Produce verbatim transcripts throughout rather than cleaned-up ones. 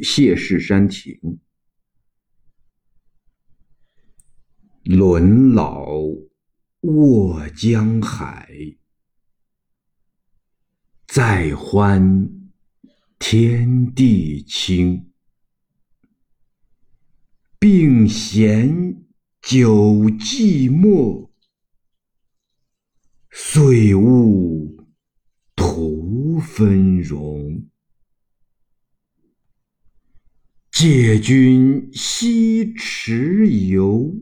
谢氏山亭。轮老卧江海，再欢天地清。并闲久寂寞，岁物徒分荣。借君西池游，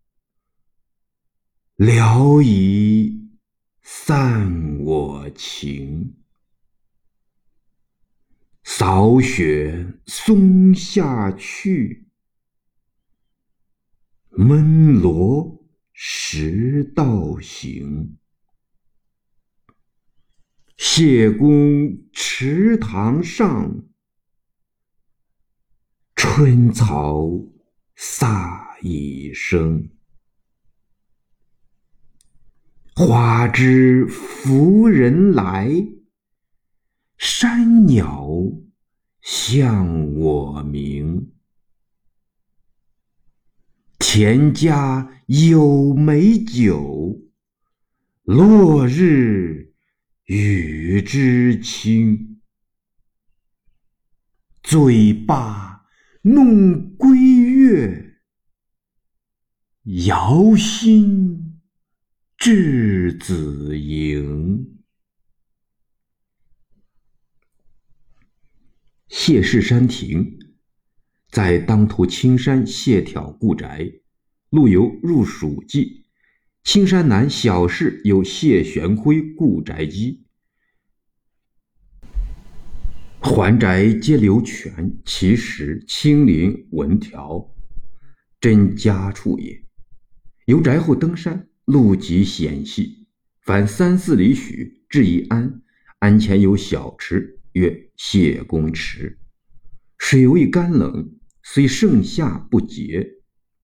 聊以散我情。扫雪松下去，闷罗石道行。谢公池塘上，春草飒已生。花枝拂人来，山鸟向我鸣。田家有美酒，落日与之亲。醉罢弄归月，遥心稚子营。谢氏山亭在当涂青山谢挑故宅，路由入蜀记。青山南小市有谢玄辉故宅基，环宅皆流泉，其实清灵文条，真家处也。由宅后登山，路极险细，凡三四里许，至一庵，庵前有小池，曰谢公池。水味甘冷，虽盛夏不洁。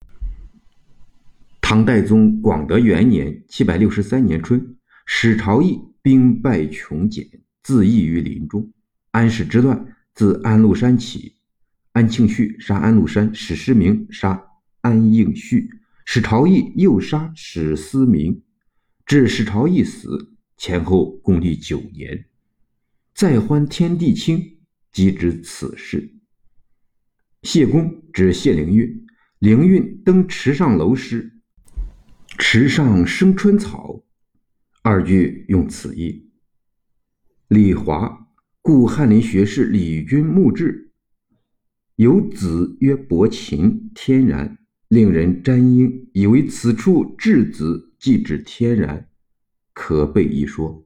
唐代宗广德元年七百六十三年春，史朝义兵败穷简，自缢于林中。安史之乱自安禄山起，安庆绪杀安禄山，史思明杀安应绪，史朝义又杀史思明，至史朝义死，前后共历九年。再欢天地清，即指此事。谢公指谢灵运，灵运登池上楼时，池上生春草，二句用此意。李华故翰林学士李君墓志，有子曰伯禽，天然，令人瞻应，以为此处稚子即指天然，可备一说。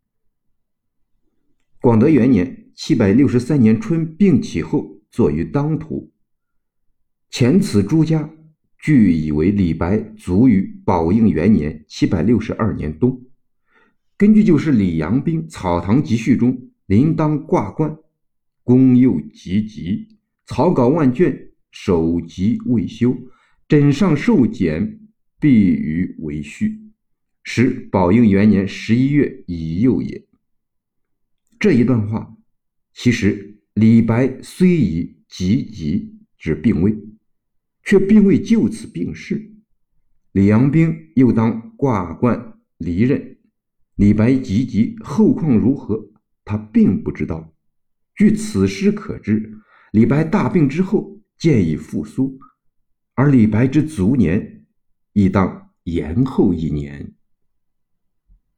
广德元年七百六十三年春病起后，作于当涂。前此诸家据以为李白卒于宝应元年七百六十二年冬。根据就是李阳冰《草堂集序》中临当挂冠，公幼及笄，草稿万卷，首集未修，枕上受简，必于为序，时宝应元年十一月乙酉也。这一段话，其实李白虽以及笄指病危，却并未就此病逝。李阳冰又当挂冠离任，李白及笄后况如何，他并不知道。据此诗可知，李白大病之后渐已复苏，而李白之卒年亦当延后一年。